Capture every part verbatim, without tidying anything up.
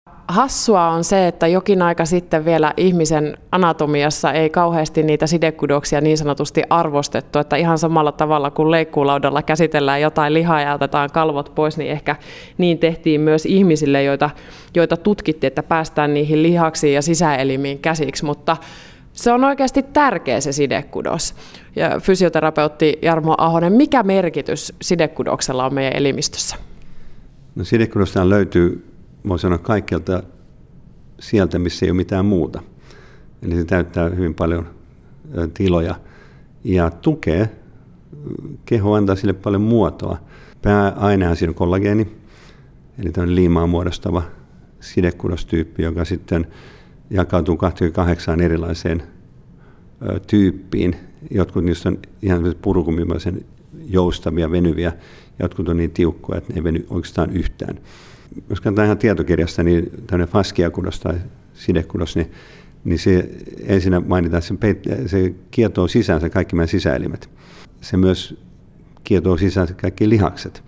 Hassua on se, että jokin aika sitten vielä ihmisen anatomiassa ei kauheasti niitä sidekudoksia niin sanotusti arvostettu, että ihan samalla tavalla kuin leikkuulaudalla käsitellään jotain lihaa ja otetaan kalvot pois, niin ehkä niin tehtiin myös ihmisille, joita, joita tutkittiin, että päästään niihin lihaksiin ja sisäelimiin käsiksi, mutta se on oikeasti tärkeä se sidekudos. Ja fysioterapeutti Jarmo Ahonen, mikä merkitys sidekudoksella on meidän elimistössä? No, sidekudosta löytyy, voi sanoa, kaikkialta sieltä, missä ei ole mitään muuta. Eli se täyttää hyvin paljon tiloja ja tukee keho, antaa sille paljon muotoa. Pääainehan siinä on kollageeni, eli tämmöinen liimaa muodostava sidekudostyyppi, joka sitten jakautuu kaksikymmentäkahdeksan erilaiseen ö, tyyppiin. Jotkut niistä on ihan purukumimaisen joustavia, venyviä, jotkut on niin tiukkoja, että ne ei veny oikeastaan yhtään. Jos katsotaan ihan tietokirjasta, niin tämmöinen fasciakudos tai sidekudos, niin, niin se ensinnä mainitaan, että se, peit- se kietoo sisäänsä kaikki meidän sisäelimet. Se myös kietoo sisäänsä kaikki lihakset.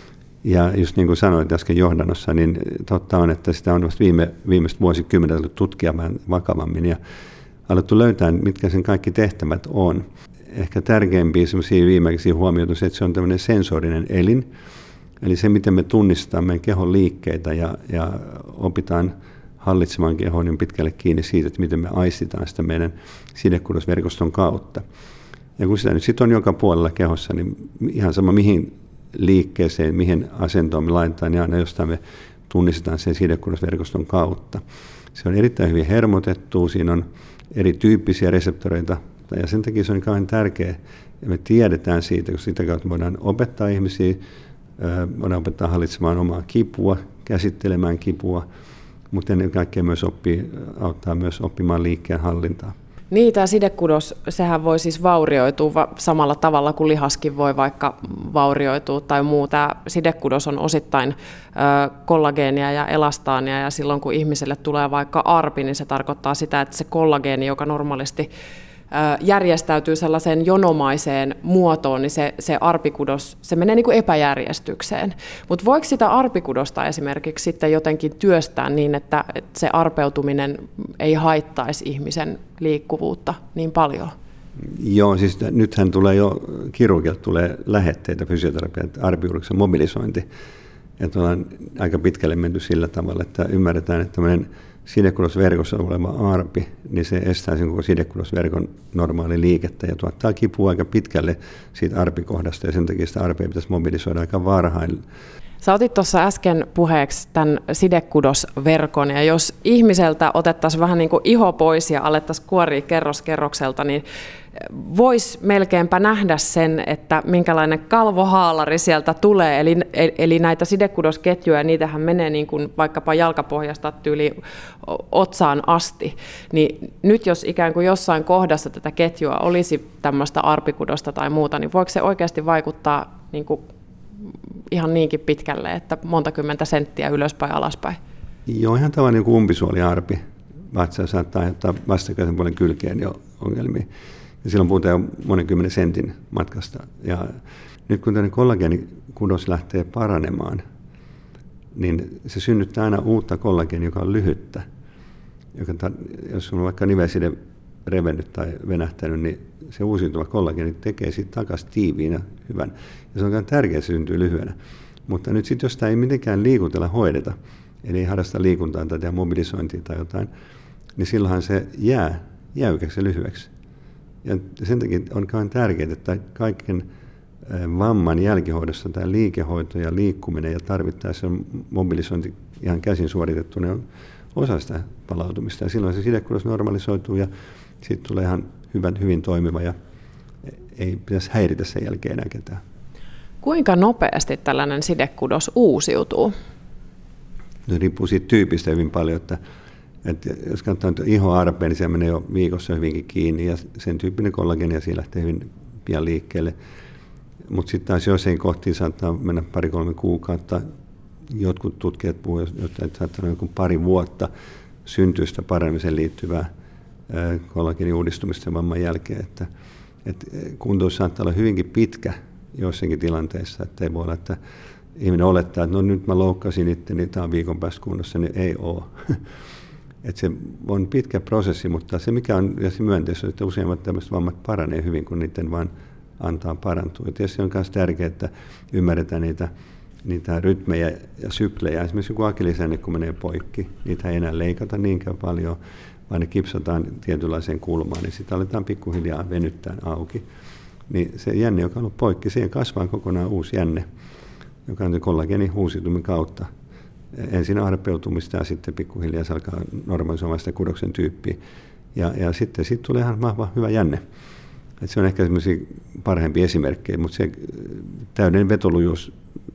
Ja just niin kuin sanoin äsken johdannossa, niin totta on, että sitä on vasta viime, viimeiset vuosikymmenet ollut tutkimaan vakavammin ja alettu löytää, mitkä sen kaikki tehtävät on. Ehkä tärkeimpiä sellaisia viimeisiä huomioita on se, että se on tämmöinen sensorinen elin. Eli se, miten me tunnistetaan meidän kehon liikkeitä ja, ja opitaan hallitsemaan kehoa niin pitkälle kiinni siitä, että miten me aistitaan sitä meidän sidekudosverkoston kautta. Ja kun sitä nyt sitten on joka puolella kehossa, niin ihan sama mihin liikkeeseen, mihin asentoon me laitetaan, niin aina jostain me tunnistetaan sen sidekudosverkoston kautta. Se on erittäin hyvin hermotettu, siinä on erityyppisiä reseptoreita, ja sen takia se on kauhean tärkeää, ja me tiedetään siitä, koska sitä kautta voidaan opettaa ihmisiä, voidaan opettaa hallitsemaan omaa kipua, käsittelemään kipua, mutta ennen kaikkea myös oppii, auttaa myös oppimaan liikkeen hallintaa. Niin, tämä sidekudos, sehän voi siis vaurioitua samalla tavalla kuin lihaskin voi vaikka vaurioitua tai muu. Tämä sidekudos on osittain ö, kollageenia ja elastaania, ja silloin kun ihmiselle tulee vaikka arpi, niin se tarkoittaa sitä, että se kollageeni, joka normaalisti ö, järjestäytyy sellaiseen jonomaiseen muotoon, niin se, se arpikudos, se menee niin kuin epäjärjestykseen. Mutta voiko sitä arpikudosta esimerkiksi sitten jotenkin työstää niin, että, että se arpeutuminen ei haittaisi ihmisen liikkuvuutta niin paljon? Joo, siis nythän tulee jo, kirurgilta tulee lähetteitä fysioterapian arpikuruksen mobilisointi. Että ollaan aika pitkälle menty sillä tavalla, että ymmärretään, että tämmöinen sidekudosverkossa oleva arpi, niin se estää sen koko sidekudosverkon normaali liikettä ja tuottaa kipua aika pitkälle siitä arpikohdasta, ja sen takia sitä arpia pitäisi mobilisoida aika varhain. Sä otit tuossa äsken puheeksi tämän sidekudosverkon, ja jos ihmiseltä otettaisiin vähän niin kuin iho pois ja alettaisiin kuoria kerros kerrokselta, niin voisi melkeinpä nähdä sen, että minkälainen kalvohaalari sieltä tulee. Eli, eli näitä sidekudosketjuja, niitähän menee niin kuin vaikkapa jalkapohjasta tyyli otsaan asti. Niin nyt jos ikään kuin jossain kohdassa tätä ketjua olisi tämmöistä arpikudosta tai muuta, niin voiko se oikeasti vaikuttaa niin kuin ihan niinkin pitkälle, että monta kymmentä senttiä ylöspäin alaspäin? Joo, ihan tavallaan niin kuin umpisuoliarpi. Vatsa saattaa aiheuttaa vastakkaisen puolen kylkeen jo ongelmia. Ja silloin puhutaan jo monen kymmenen sentin matkasta. Ja nyt kun tämmöinen kollageenikudos lähtee paranemaan, niin se synnyttää aina uutta kollageenia, joka on lyhyttä. Joka, jos on vaikka nivelside revennyt tai venähtänyt, niin se uusiutuva kollageeni tekee siitä takaisin tiiviin ja hyvän. Ja se on tärkeää, että se syntyy lyhyenä. Mutta nyt sitten, jos sitä ei mitenkään liikutella hoideta, eli ei harrasta liikuntaa tai tehdä mobilisointia tai jotain, niin silloinhan se jää jäykäksi ja lyhyeksi. Ja sen takia on kauhean tärkeää, että kaiken vamman jälkihoidossa tämä liikehoito ja liikkuminen ja tarvittaessa mobilisointi ihan käsin suoritettu, ne on osa sitä palautumista. Ja silloin se sidekudos normalisoituu ja sitten tulee ihan hyvän, hyvin toimiva ja ei pitäisi häiritä sen jälkeen enää ketään. Kuinka nopeasti tällainen sidekudos uusiutuu? Se riippuu siitä tyypistä hyvin paljon, että, että jos katsotaan ihoarpea, niin se menee jo viikossa hyvinkin kiinni ja sen tyyppinen kollageenia siellä lähtee hyvin pian liikkeelle. Mutta sitten taas joissain kohtiin saattaa mennä pari-kolme kuukautta. Jotkut tutkijat puhuvat, että saattaa olla joku pari vuotta syntyy sitä paranemiseen liittyvää kollageenin uudistumista vamman jälkeen. Että, että kuntoutus saattaa olla hyvinkin pitkä joissakin tilanteissa, että ei voi olla, että ihminen olettaa, että no nyt mä loukkasin itse, niin tämä on viikon päästä kunnossa, niin ei ole. Että se on pitkä prosessi, mutta se mikä on ja se myönteistä on, että useimmat tämmöiset vammat paranee hyvin, kun niiden vaan antaa parantua. Ja tietysti on myös tärkeää, että ymmärretään niitä, niitä rytmejä ja syklejä. Esimerkiksi joku akillisääni, kun menee poikki, niitä ei enää leikata niinkään paljon, vaan ne kipsataan tietynlaiseen kulmaan, niin sitä aletaan pikkuhiljaa venyttää auki. Niin se jänne, joka on ollut poikki, siihen kasvaa kokonaan uusi jänne, joka on kollageenin uusiutumisen kautta. Ensin arpeutumista ja sitten pikkuhiljaa se alkaa normalisoimaan sitä kudoksen tyyppiä. Ja, ja sitten sit tulee ihan vahva, hyvä jänne. Et se on ehkä semmoisia parhaimpia esimerkkejä, mutta se täydellinen vetolujuus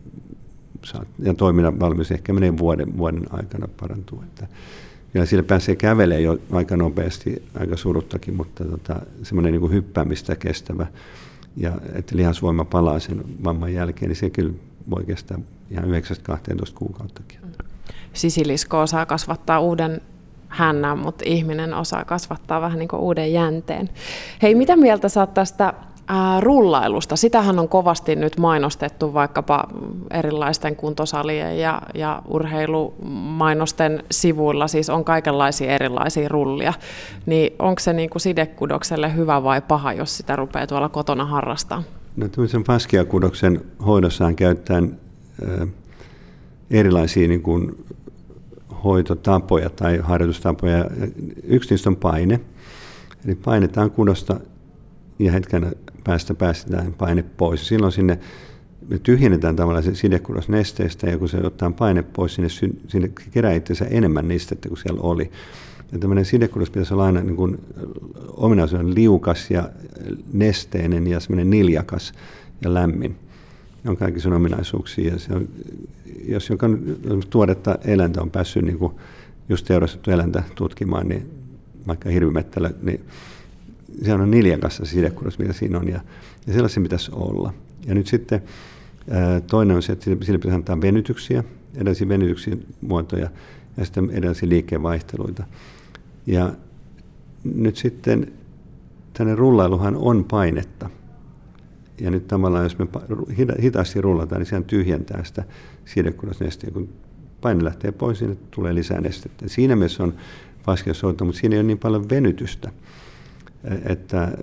ja toiminnan valmius ehkä menee vuoden, vuoden aikana parantuu. Että, ja sillä pääsee kävelemään jo aika nopeasti, aika suruttakin, mutta tota, semmoinen niin kuin hyppäämistä kestävä ja että lihasvoima palaa sen vamman jälkeen, niin se kyllä voi kestää ihan yhdeksästä kahteentoista kuukauttakin. Sisilisko osaa kasvattaa uuden hännän, mutta ihminen osaa kasvattaa vähän niin kuin uuden jänteen. Hei, mitä mieltä sä oot tästä ää, rullailusta? Sitähän on kovasti nyt mainostettu vaikkapa erilaisten kuntosalien ja, ja urheilumainosten sivuilla, siis on kaikenlaisia erilaisia rullia. Niin onko se niin kuin sidekudokselle hyvä vai paha, jos sitä rupeaa tuolla kotona harrastamaan? No tämmöisen fasciakudoksen hoidossaan käyttäen äh, erilaisia niin kuin hoitotapoja tai harjoitustapoja. Yksi niistä on paine. Eli painetaan kudosta ja hetken päästä päästetään paine pois. Silloin sinne me tyhjennetään tavallaan se sidekudos nesteestä ja kun se ottaa paine pois, sinne, sinne kerää itseensä enemmän nistettä kuin siellä oli. Ja tämmöinen sidekudos pitäisi olla aina niin kuin ominaisuuden liukas ja nesteinen ja semmoinen niljakas ja lämmin. Ne on kaikki sen ominaisuuksia. Ja se on, jos joka tuoretta eläintä on päässyt niin kuin just teurastettu eläintä tutkimaan, niin vaikka hirvimettällä, niin se on niljakas se sidekudos, mitä siinä on. Ja, ja sellaisen pitäisi olla. Ja nyt sitten ää, toinen on se, että sille pitäisi antaa venytyksiä, erilaisia venytyksiä muotoja ja sitten erilaisia liikkeenvaihteluita. Ja nyt sitten tänne rullailuhan on painetta. Ja nyt tavallaan, jos me hitaasti rullataan, niin sehän tyhjentää sitä sidekudosnesteä. Kun paine lähtee pois, niin tulee lisää nestettä. Siinä mielessä on fasciahoito, mutta siinä ei ole niin paljon venytystä. Että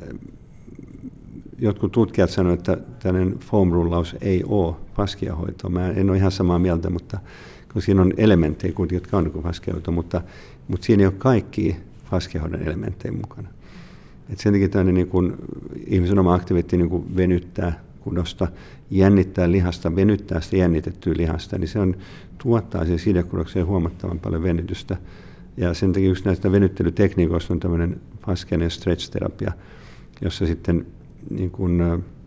jotkut tutkijat sanoivat, että tällainen foam-rullaus ei ole fasciahoitoa. Mä en ole ihan samaa mieltä, mutta kun siinä on elementtejä, jotka on niin fasciahoito, mutta, mutta siinä ei ole kaikkia fasciahoidon elementtejä mukana. Et sen takia tämmöinen niin kuin ihmisen oma aktiviteetti niin kuin venyttää kudosta, jännittää lihasta, venyttää sitä jännitettyä lihasta, niin se on, tuottaa siihen sidekudokseen huomattavan paljon venytystä. Ja sen takia yksi näistä venyttelytekniikoista on tämmöinen fasciainen stretch-terapia, jossa sitten niin kuin,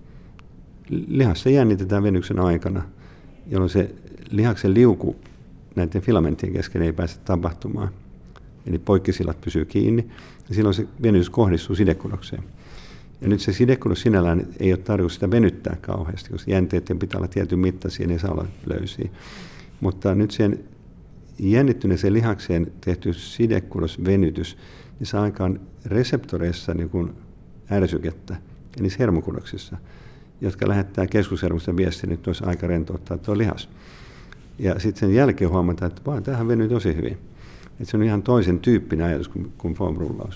lihassa jännitetään venyksen aikana, jolloin se lihaksen liuku näiden filamenttien kesken ei pääse tapahtumaan. Eli poikkisillat pysyy kiinni, ja silloin se venytys kohdistuu sidekudokseen. Ja nyt se sidekudos sinällään ei ole tarkoitus sitä venyttää kauheasti, koska jänteiden pitää olla tietyn mittaisia, niin ei saa olla löysiä. Mutta nyt sen jännittyneeseen lihakseen tehty sidekudosvenytys, niin saa aikaan reseptoreissa niin kuin ärsykettä, ja niissä hermokudoksissa, jotka lähettää keskushermosta viestiä, että nyt olisi aika rentouttaa tuo lihas. Ja sitten sen jälkeen huomataan, että vaan tähän venyy tosi hyvin. Että se on ihan toisen tyyppinen ajatus kuin, kuin foam-rullaus.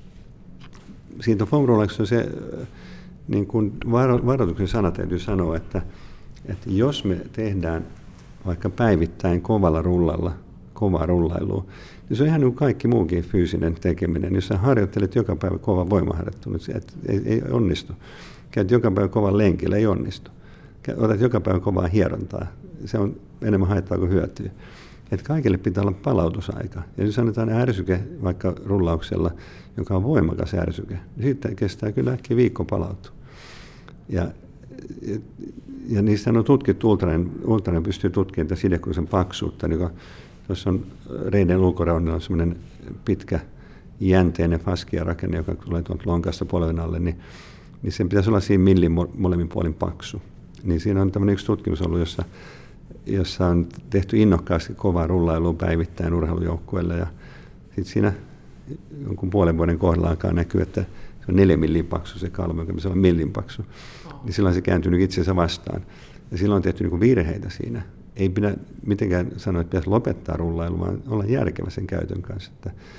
Siitä foam-rullauksesta on se niin kuin varo, varoituksen sana täytyy sanoa, että, että jos me tehdään vaikka päivittäin kovalla rullalla, kovaa rullailua, niin se on ihan niin kuin kaikki muukin fyysinen tekeminen. Jos sä harjoittelet joka päivä kovan voimaharjoittelun, se ei, ei onnistu. Käyt joka päivä kovan lenkillä, ei onnistu. Otat joka päivä kovaa hierontaa, se on enemmän haittaa kuin hyötyä. Että kaikille pitää olla palautusaika. Ja jos annetaan ärsyke vaikka rullauksella, joka on voimakas ärsyke, niin sitten kestää kyllä äkkiä viikko palautua. Ja, ja, ja niistä on tutkittu, ultranen, ultranen pystyy tutkimaan tätä sidekudosen paksuutta. Niin tuossa on reiden ulkoreunilla semmoinen pitkä jänteinen fasciarakenne, joka tulee tuolta lonkasta polven alle, niin, niin sen pitäisi olla siinä millin molemmin puolin paksu. Niin siinä on tämmöinen yksi tutkimus ollut, jossa jossa on tehty innokkaasti kovaa rullailua päivittäin urheilujoukkueelle. Ja sitten siinä jonkun puolen vuoden kohdalla alkaa näkyä, että se on neljä millin paksu se kalvo, joka on millin paksu. Oh. Niin silloin se kääntyy itseensä vastaan. Ja silloin on tehty niin kuin virheitä siinä. Ei pidä mitenkään sanoa, että pitäisi lopettaa rullailu, vaan olla järkevä sen käytön kanssa. Että